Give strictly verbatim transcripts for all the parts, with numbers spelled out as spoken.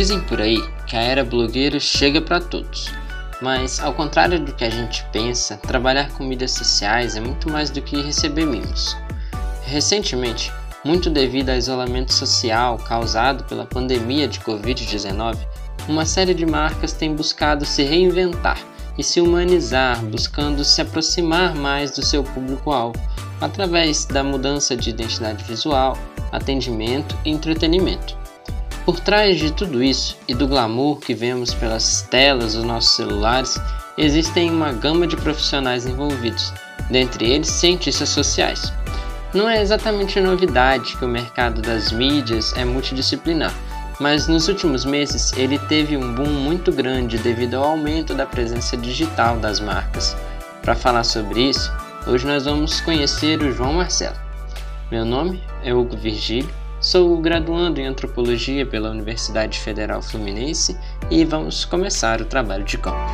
Dizem por aí que a era blogueira chega para todos, mas ao contrário do que a gente pensa, trabalhar com mídias sociais é muito mais do que receber mimos. Recentemente, muito devido ao isolamento social causado pela pandemia de covid dezenove, uma série de marcas tem buscado se reinventar e se humanizar, buscando se aproximar mais do seu público-alvo, através da mudança de identidade visual, atendimento e entretenimento. Por trás de tudo isso e do glamour que vemos pelas telas dos nossos celulares, existem uma gama de profissionais envolvidos, dentre eles cientistas sociais. Não é exatamente novidade que o mercado das mídias é multidisciplinar, mas nos últimos meses ele teve um boom muito grande devido ao aumento da presença digital das marcas. Para falar sobre isso, hoje nós vamos conhecer o João Marcelo. Meu nome é Hugo Virgílio, sou graduando em Antropologia pela Universidade Federal Fluminense e vamos começar o trabalho de campo.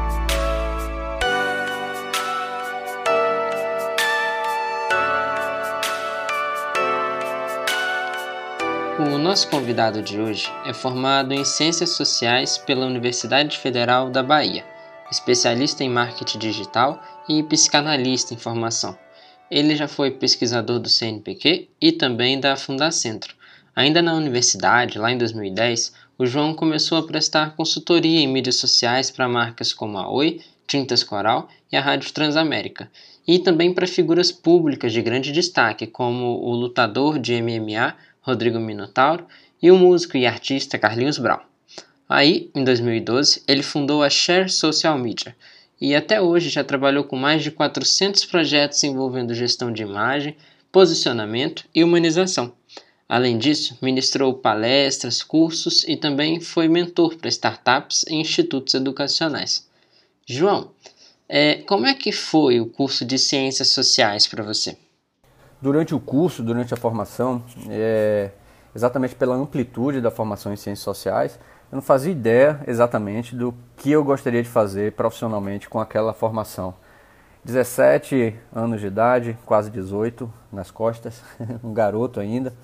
O nosso convidado de hoje é formado em Ciências Sociais pela Universidade Federal da Bahia, especialista em marketing digital e psicanalista em formação. Ele já foi pesquisador do C N P Q e também da Fundacentro. Ainda na universidade, lá em dois mil e dez, o João começou a prestar consultoria em mídias sociais para marcas como a Oi, Tintas Coral e a Rádio Transamérica, e também para figuras públicas de grande destaque, como o lutador de M M A, Rodrigo Minotauro, e o músico e artista Carlinhos Brown. Aí, em dois mil e doze, ele fundou a Share Social Media, e até hoje já trabalhou com mais de quatrocentos projetos envolvendo gestão de imagem, posicionamento e humanização. Além disso, ministrou palestras, cursos e também foi mentor para startups e institutos educacionais. João, é, como é que foi o curso de Ciências Sociais para você? Durante o curso, durante a formação, é, exatamente pela amplitude da formação em Ciências Sociais, eu não fazia ideia exatamente do que eu gostaria de fazer profissionalmente com aquela formação. dezessete anos de idade, quase dezoito nas costas, um garoto ainda,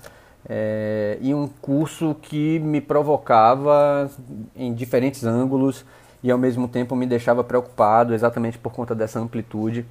é, e um curso que me provocava em diferentes ângulos e ao mesmo tempo me deixava preocupado exatamente por conta dessa amplitude,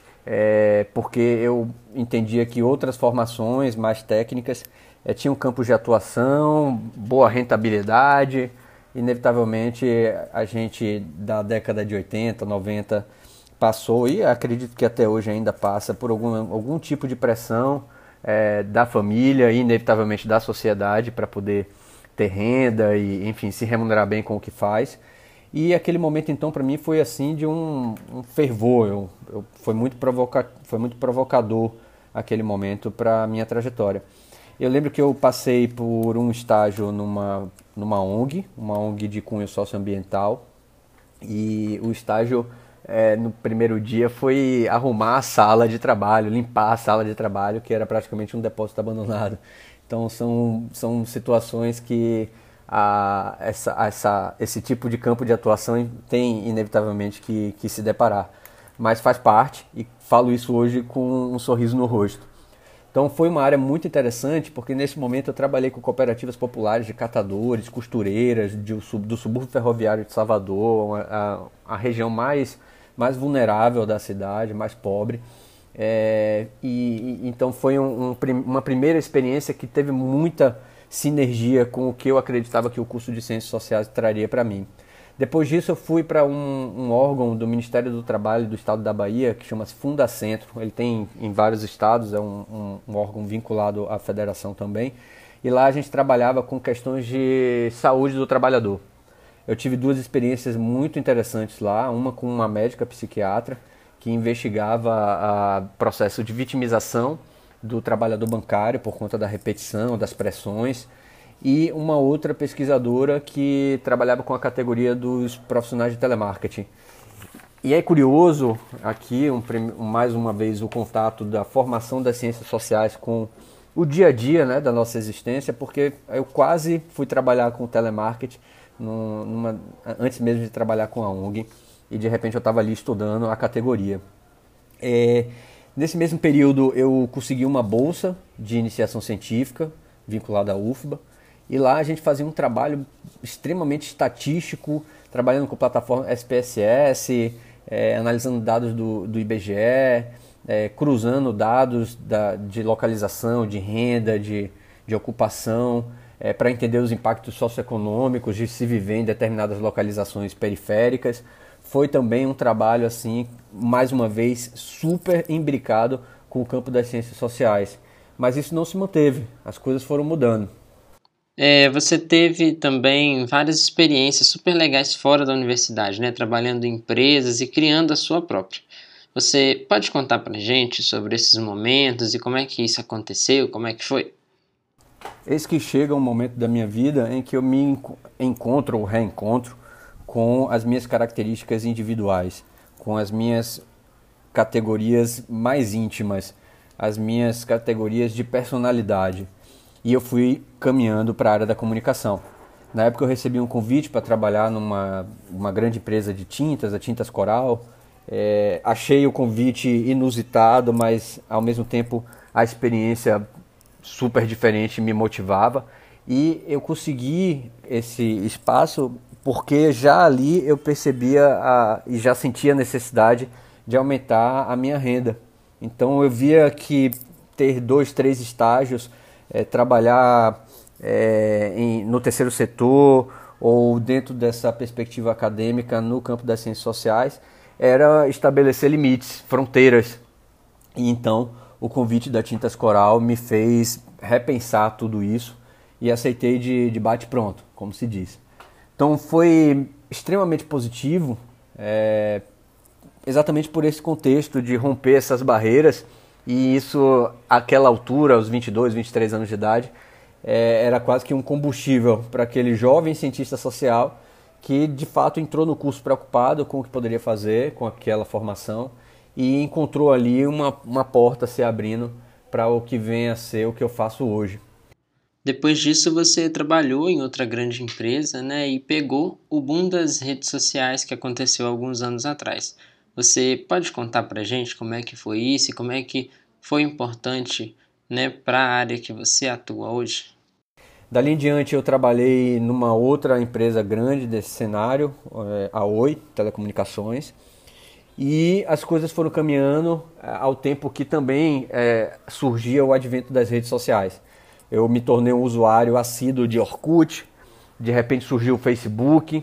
é, porque eu entendia que outras formações mais técnicas é, tinham campos de atuação, boa rentabilidade. Inevitavelmente a gente da década de oitenta, noventa passou e acredito que até hoje ainda passa por algum, algum tipo de pressão é, da família e inevitavelmente da sociedade para poder ter renda e, enfim, se remunerar bem com o que faz. E aquele momento então para mim foi assim de um, um fervor, eu, eu, foi, muito provoca, foi muito provocador aquele momento para a minha trajetória. Eu lembro que eu passei por um estágio numa, numa O N G, uma O N G de cunho socioambiental, e o estágio é, no primeiro dia foi arrumar a sala de trabalho, limpar a sala de trabalho, que era praticamente um depósito abandonado. Então são, são situações que a, essa, essa, esse tipo de campo de atuação tem inevitavelmente que, que se deparar. Mas faz parte, e falo isso hoje com um sorriso no rosto. Então foi uma área muito interessante, porque nesse momento eu trabalhei com cooperativas populares de catadores, costureiras, de, do subúrbio ferroviário de Salvador, a, a região mais, mais vulnerável da cidade, mais pobre. É, e, e, então foi um, um, uma primeira experiência que teve muita sinergia com o que eu acreditava que o curso de Ciências Sociais traria para mim. Depois disso eu fui para um, um órgão do Ministério do Trabalho do Estado da Bahia, que chama-se Fundacentro. Ele tem em vários estados, é um, um, um órgão vinculado à federação também. E lá a gente trabalhava com questões de saúde do trabalhador. Eu tive duas experiências muito interessantes lá, uma com uma médica psiquiatra, que investigava o processo de vitimização do trabalhador bancário por conta da repetição, das pressões, e uma outra pesquisadora que trabalhava com a categoria dos profissionais de telemarketing. E é curioso aqui, um, mais uma vez, o contato da formação das ciências sociais com o dia a dia, né, da nossa existência, porque eu quase fui trabalhar com telemarketing numa, antes mesmo de trabalhar com a O N G, e de repente eu estava ali estudando a categoria. É, nesse mesmo período eu consegui uma bolsa de iniciação científica vinculada à U F B A, E lá a gente fazia um trabalho extremamente estatístico, trabalhando com plataforma S P S S, é, analisando dados do, do I B G E, é, cruzando dados da, de localização, de renda, de, de ocupação, é, para entender os impactos socioeconômicos de se viver em determinadas localizações periféricas. Foi também um trabalho, assim, mais uma vez, super imbricado com o campo das ciências sociais. Mas isso não se manteve, as coisas foram mudando. É, você teve também várias experiências super legais fora da universidade, né? Trabalhando em empresas e criando a sua própria. Você pode contar pra gente sobre esses momentos e como é que isso aconteceu, como é que foi? Eis que chega um momento da minha vida em que eu me encontro ou reencontro com as minhas características individuais, com as minhas categorias mais íntimas, as minhas categorias de personalidade. E eu fui caminhando para a área da comunicação. Na época eu recebi um convite para trabalhar numa uma grande empresa de tintas, a Tintas Coral. É, achei o convite inusitado, mas ao mesmo tempo a experiência super diferente me motivava. E eu consegui esse espaço porque já ali eu percebia a, e já sentia a necessidade de aumentar a minha renda. Então eu via que ter dois, três estágios, É, trabalhar é, em, no terceiro setor ou dentro dessa perspectiva acadêmica no campo das ciências sociais era estabelecer limites, fronteiras. E então o convite da Tintas Coral me fez repensar tudo isso e aceitei de, de bate-pronto, como se diz. Então foi extremamente positivo, é, exatamente por esse contexto de romper essas barreiras. E isso, àquela altura, aos vinte e dois, vinte e três anos de idade, é, era quase que um combustível para aquele jovem cientista social que, de fato, entrou no curso preocupado com o que poderia fazer, com aquela formação, e encontrou ali uma, uma porta se abrindo para o que vem a ser o que eu faço hoje. Depois disso, você trabalhou em outra grande empresa, né, e pegou o boom das redes sociais que aconteceu alguns anos atrás. Você pode contar pra gente como é que foi isso e como é que foi importante, né, para a área que você atua hoje? Dali em diante eu trabalhei numa outra empresa grande desse cenário, a Oi Telecomunicações, e as coisas foram caminhando ao tempo que também é, surgia o advento das redes sociais. Eu me tornei um usuário assíduo de Orkut, de repente surgiu o Facebook.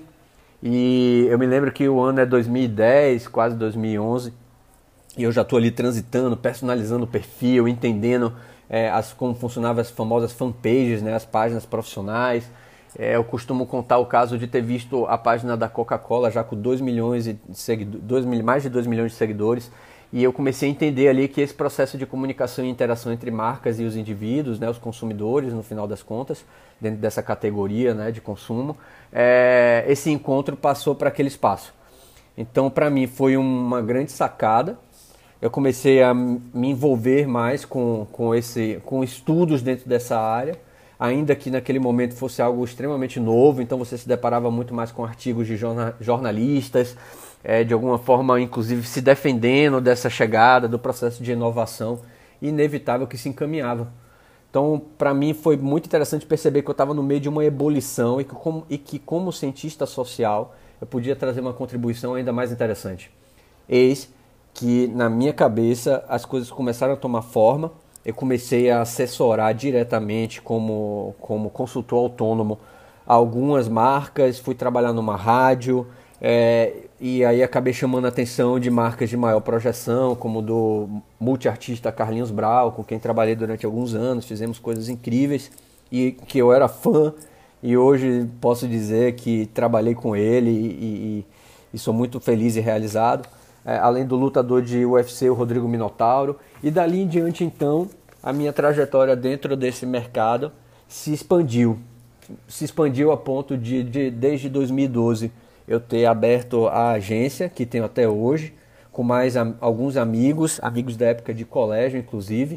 E eu me lembro que o ano é dois mil e dez, quase dois mil e onze, e eu já estou ali transitando, personalizando o perfil, entendendo é, as, como funcionavam as famosas fanpages, né, as páginas profissionais. É, eu costumo contar o caso de ter visto a página da Coca-Cola já com dois milhões de seguidores, mais de dois milhões de seguidores, e eu comecei a entender ali que esse processo de comunicação e interação entre marcas e os indivíduos, né, os consumidores, no final das contas, dentro dessa categoria, né, de consumo, é, esse encontro passou para aquele espaço. Então, para mim, foi uma grande sacada. Eu comecei a me envolver mais com, com, esse, com estudos dentro dessa área, ainda que naquele momento fosse algo extremamente novo, então você se deparava muito mais com artigos de jorna, jornalistas, é, de alguma forma, inclusive, se defendendo dessa chegada, do processo de inovação inevitável que se encaminhava. Então, para mim, foi muito interessante perceber que eu estava no meio de uma ebulição e que, como, e que, como cientista social, eu podia trazer uma contribuição ainda mais interessante. Eis que, na minha cabeça, as coisas começaram a tomar forma. Eu comecei a assessorar diretamente como, como consultor autônomo algumas marcas, fui trabalhar numa rádio, é, e aí acabei chamando a atenção de marcas de maior projeção, como do multiartista Carlinhos Brau, com quem trabalhei durante alguns anos, fizemos coisas incríveis e que eu era fã, e hoje posso dizer que trabalhei com ele e, e, e sou muito feliz e realizado. É, além do lutador de U F C, o Rodrigo Minotauro, e dali em diante, então, a minha trajetória dentro desse mercado se expandiu. Se expandiu a ponto de, de desde dois mil e doze, eu ter aberto a agência, que tenho até hoje, com mais am- alguns amigos, amigos da época de colégio, inclusive,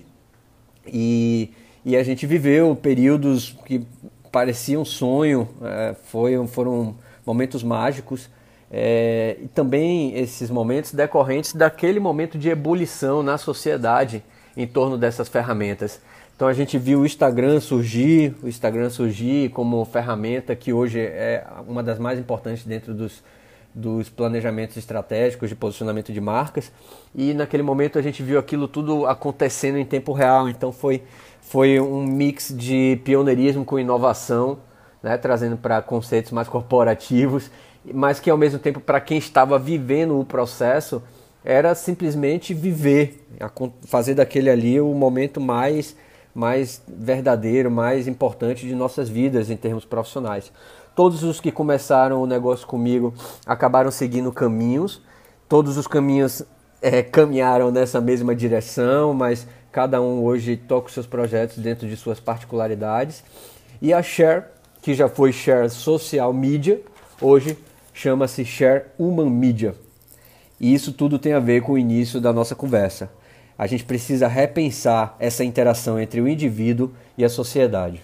e, e a gente viveu períodos que pareciam um sonho, é, foi, foram momentos mágicos, é, e também esses momentos decorrentes daquele momento de ebulição na sociedade em torno dessas ferramentas. Então a gente viu o Instagram surgir, o Instagram surgir como ferramenta que hoje é uma das mais importantes dentro dos, dos planejamentos estratégicos de posicionamento de marcas. E naquele momento a gente viu aquilo tudo acontecendo em tempo real, então foi, foi um mix de pioneirismo com inovação, né, trazendo para conceitos mais corporativos, mas que ao mesmo tempo para quem estava vivendo o processo era simplesmente viver, fazer daquele ali o momento mais, mais verdadeiro, mais importante de nossas vidas em termos profissionais. Todos os que começaram o negócio comigo acabaram seguindo caminhos, todos os caminhos é, caminharam nessa mesma direção, mas cada um hoje toca os seus projetos dentro de suas particularidades. E a Share, que já foi Share Social Media, hoje chama-se Share Human Media. E isso tudo tem a ver com o início da nossa conversa. A gente precisa repensar essa interação entre o indivíduo e a sociedade.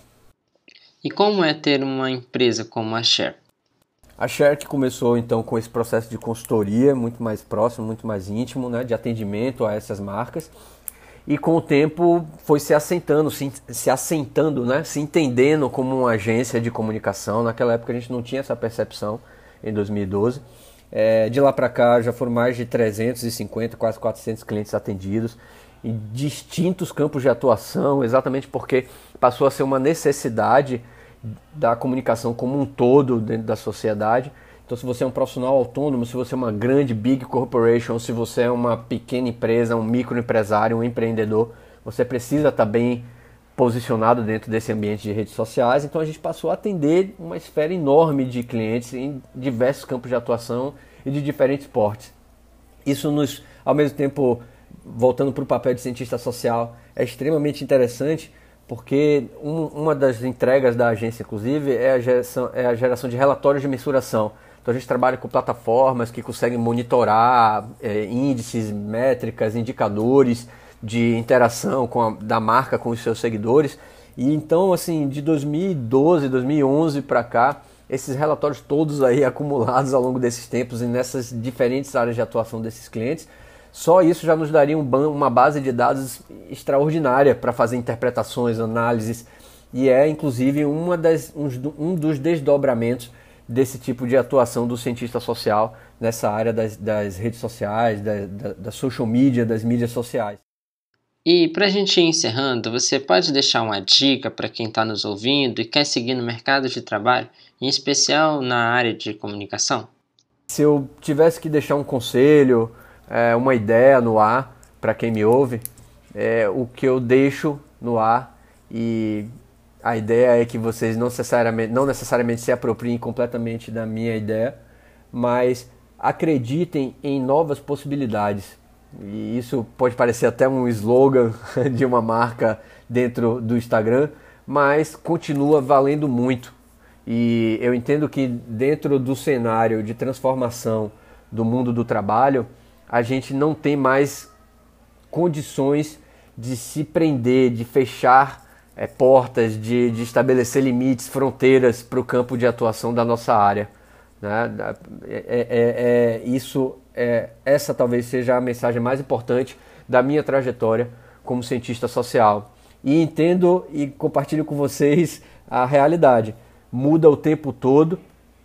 E como é ter uma empresa como a Share? A Share que começou então com esse processo de consultoria muito mais próximo, muito mais íntimo, né, de atendimento a essas marcas. E com o tempo foi se assentando, se, se assentando, né, se entendendo como uma agência de comunicação. Naquela época a gente não tinha essa percepção, em dois mil e doze. É, de lá para cá já foram mais de trezentos e cinquenta, quase quatrocentos clientes atendidos em distintos campos de atuação, exatamente porque passou a ser uma necessidade da comunicação como um todo dentro da sociedade. Então, se você é um profissional autônomo, se você é uma grande big corporation, se você é uma pequena empresa, um microempresário, um empreendedor, você precisa estar bem posicionado dentro desse ambiente de redes sociais. Então a gente passou a atender uma esfera enorme de clientes em diversos campos de atuação e de diferentes portes. Isso nos, ao mesmo tempo, voltando para o papel de cientista social, é extremamente interessante, porque um, uma das entregas da agência, inclusive, é a, geração, é a geração de relatórios de mensuração. Então a gente trabalha com plataformas que conseguem monitorar é, índices, métricas, indicadores de interação com a, da marca com os seus seguidores. E então, assim, de dois mil e doze, dois mil e onze para cá, esses relatórios todos aí acumulados ao longo desses tempos e nessas diferentes áreas de atuação desses clientes, só isso já nos daria um ban, uma base de dados extraordinária para fazer interpretações, análises, e é inclusive uma das, um, um dos desdobramentos desse tipo de atuação do cientista social nessa área das, das redes sociais, da, da, da social media, das mídias sociais. E para a gente ir encerrando, você pode deixar uma dica para quem está nos ouvindo e quer seguir no mercado de trabalho, em especial na área de comunicação? Se eu tivesse que deixar um conselho, é, uma ideia no ar para quem me ouve, é, o que eu deixo no ar, e a ideia é que vocês não necessariamente, não necessariamente se apropriem completamente da minha ideia, mas acreditem em novas possibilidades. E isso pode parecer até um slogan de uma marca dentro do Instagram, mas continua valendo muito. E eu entendo que dentro do cenário de transformação do mundo do trabalho, a gente não tem mais condições de se prender, de fechar é, portas, de, de estabelecer limites, fronteiras para o campo de atuação da nossa área. Né? É, é, é, isso, é, essa talvez seja a mensagem mais importante da minha trajetória como cientista social. E entendo e compartilho com vocês a realidade. Muda o tempo todo,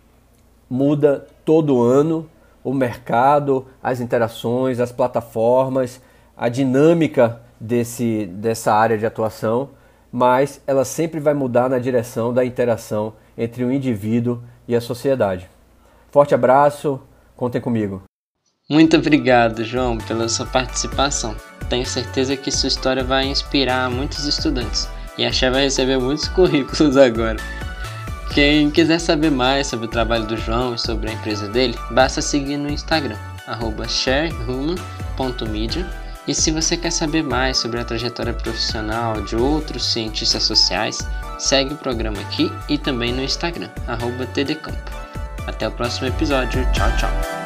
muda todo ano o mercado, as interações, as plataformas, a dinâmica desse, dessa área de atuação, mas ela sempre vai mudar na direção da interação entre o indivíduo e a sociedade. Forte abraço, contem comigo. Muito obrigado, João, pela sua participação. Tenho certeza que sua história vai inspirar muitos estudantes e a Share vai receber muitos currículos agora. Quem quiser saber mais sobre o trabalho do João e sobre a empresa dele, basta seguir no Instagram, arroba sharehuman ponto media. E se você quer saber mais sobre a trajetória profissional de outros cientistas sociais, segue o programa aqui e também no Instagram, arroba tdcampo. Até o próximo episódio. Tchau, tchau.